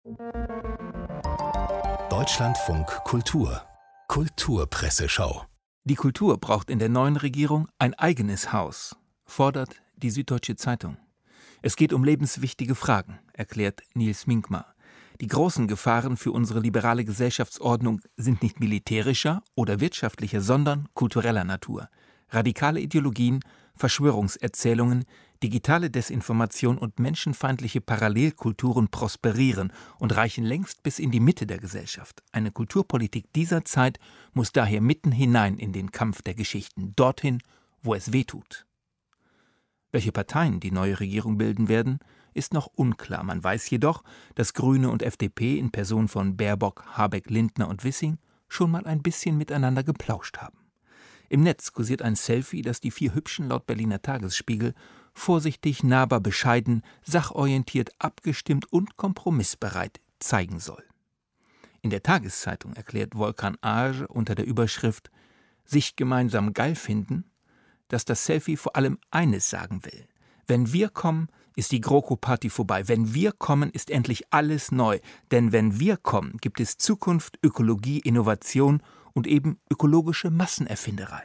Deutschlandfunk Kultur Kulturpresseschau. Die Kultur braucht in der neuen Regierung ein eigenes Haus, fordert die Süddeutsche Zeitung. Es geht um lebenswichtige Fragen, erklärt Nils Minkmar. Die großen Gefahren für unsere liberale Gesellschaftsordnung sind nicht militärischer oder wirtschaftlicher, sondern kultureller Natur. Radikale Ideologien, Verschwörungserzählungen, digitale Desinformation und menschenfeindliche Parallelkulturen prosperieren und reichen längst bis in die Mitte der Gesellschaft. Eine Kulturpolitik dieser Zeit muss daher mitten hinein in den Kampf der Geschichten, dorthin, wo es weh tut. Welche Parteien die neue Regierung bilden werden, ist noch unklar. Man weiß jedoch, dass Grüne und FDP in Person von Baerbock, Habeck, Lindner und Wissing schon mal ein bisschen miteinander geplauscht haben. Im Netz kursiert ein Selfie, das die vier Hübschen laut Berliner Tagesspiegel vorsichtig, nahbar, bescheiden, sachorientiert, abgestimmt und kompromissbereit zeigen soll. In der Tageszeitung erklärt Volkan Ağar unter der Überschrift »Sich gemeinsam geil finden«, dass das Selfie vor allem eines sagen will: Wenn wir kommen, ist die GroKo-Party vorbei. Wenn wir kommen, ist endlich alles neu. Denn wenn wir kommen, gibt es Zukunft, Ökologie, Innovation und eben ökologische Massenerfinderei.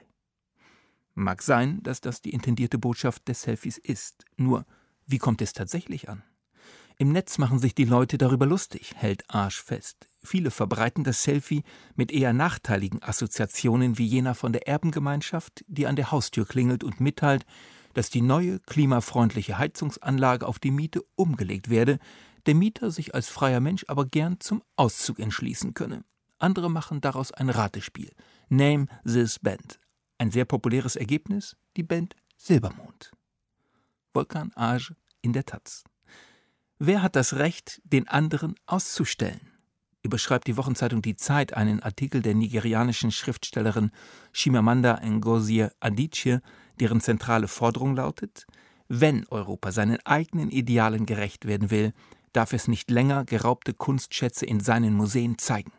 Mag sein, dass das die intendierte Botschaft des Selfies ist. Nur, wie kommt es tatsächlich an? Im Netz machen sich die Leute darüber lustig, hält Arsch fest. Viele verbreiten das Selfie mit eher nachteiligen Assoziationen wie jener von der Erbengemeinschaft, die an der Haustür klingelt und mitteilt, dass die neue, klimafreundliche Heizungsanlage auf die Miete umgelegt werde, der Mieter sich als freier Mensch aber gern zum Auszug entschließen könne. Andere machen daraus ein Ratespiel. Name this band. Ein sehr populäres Ergebnis, die Band Silbermond. Volkan Ağar in der Taz. Wer hat das Recht, den anderen auszustellen? Überschreibt die Wochenzeitung Die Zeit einen Artikel der nigerianischen Schriftstellerin Chimamanda Ngozi Adichie, deren zentrale Forderung lautet: Wenn Europa seinen eigenen Idealen gerecht werden will, darf es nicht länger geraubte Kunstschätze in seinen Museen zeigen.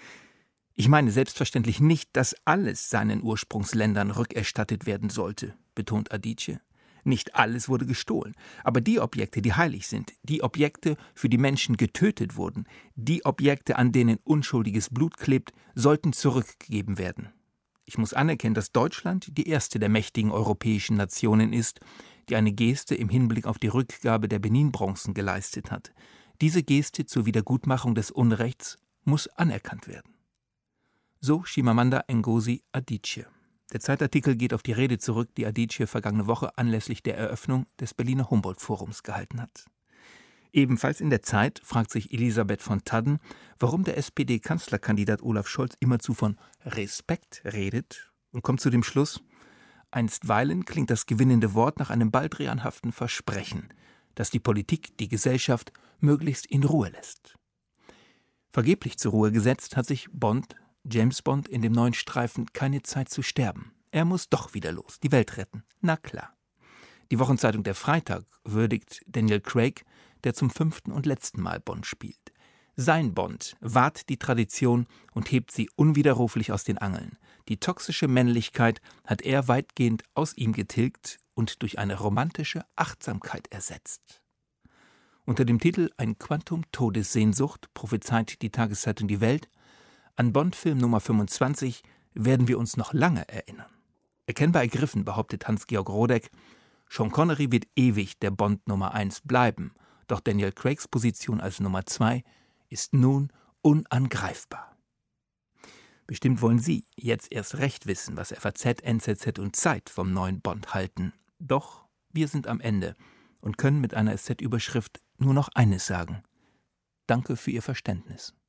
Ich meine selbstverständlich nicht, dass alles seinen Ursprungsländern rückerstattet werden sollte, betont Adichie. Nicht alles wurde gestohlen, aber die Objekte, die heilig sind, die Objekte, für die Menschen getötet wurden, die Objekte, an denen unschuldiges Blut klebt, sollten zurückgegeben werden. Ich muss anerkennen, dass Deutschland die erste der mächtigen europäischen Nationen ist, die eine Geste im Hinblick auf die Rückgabe der Benin-Bronzen geleistet hat. Diese Geste zur Wiedergutmachung des Unrechts muss anerkannt werden. So Chimamanda Ngozi Adichie. Der Zeitartikel geht auf die Rede zurück, die Adichie vergangene Woche anlässlich der Eröffnung des Berliner Humboldt-Forums gehalten hat. Ebenfalls in der Zeit fragt sich Elisabeth von Tadden, warum der SPD-Kanzlerkandidat Olaf Scholz immerzu von Respekt redet, und kommt zu dem Schluss: Einstweilen klingt das gewinnende Wort nach einem baldrianhaften Versprechen, das die Politik, die Gesellschaft möglichst in Ruhe lässt. Vergeblich zur Ruhe gesetzt hat sich James Bond in dem neuen Streifen Keine Zeit zu sterben. Er muss doch wieder los, die Welt retten. Na klar. Die Wochenzeitung Der Freitag würdigt Daniel Craig, der zum 5. und letzten Mal Bond spielt. Sein Bond wahrt die Tradition und hebt sie unwiderruflich aus den Angeln. Die toxische Männlichkeit hat er weitgehend aus ihm getilgt und durch eine romantische Achtsamkeit ersetzt. Unter dem Titel Ein Quantum Todessehnsucht prophezeit die Tageszeitung Die Welt: An Bond-Film Nummer 25 werden wir uns noch lange erinnern. Erkennbar ergriffen behauptet Hans-Georg Rodek, Sean Connery wird ewig der Bond Nummer 1 bleiben, doch Daniel Craigs Position als Nummer 2 ist nun unangreifbar. Bestimmt wollen Sie jetzt erst recht wissen, was FAZ, NZZ und Zeit vom neuen Bond halten. Doch wir sind am Ende und können mit einer SZ-Überschrift nur noch eines sagen: Danke für Ihr Verständnis.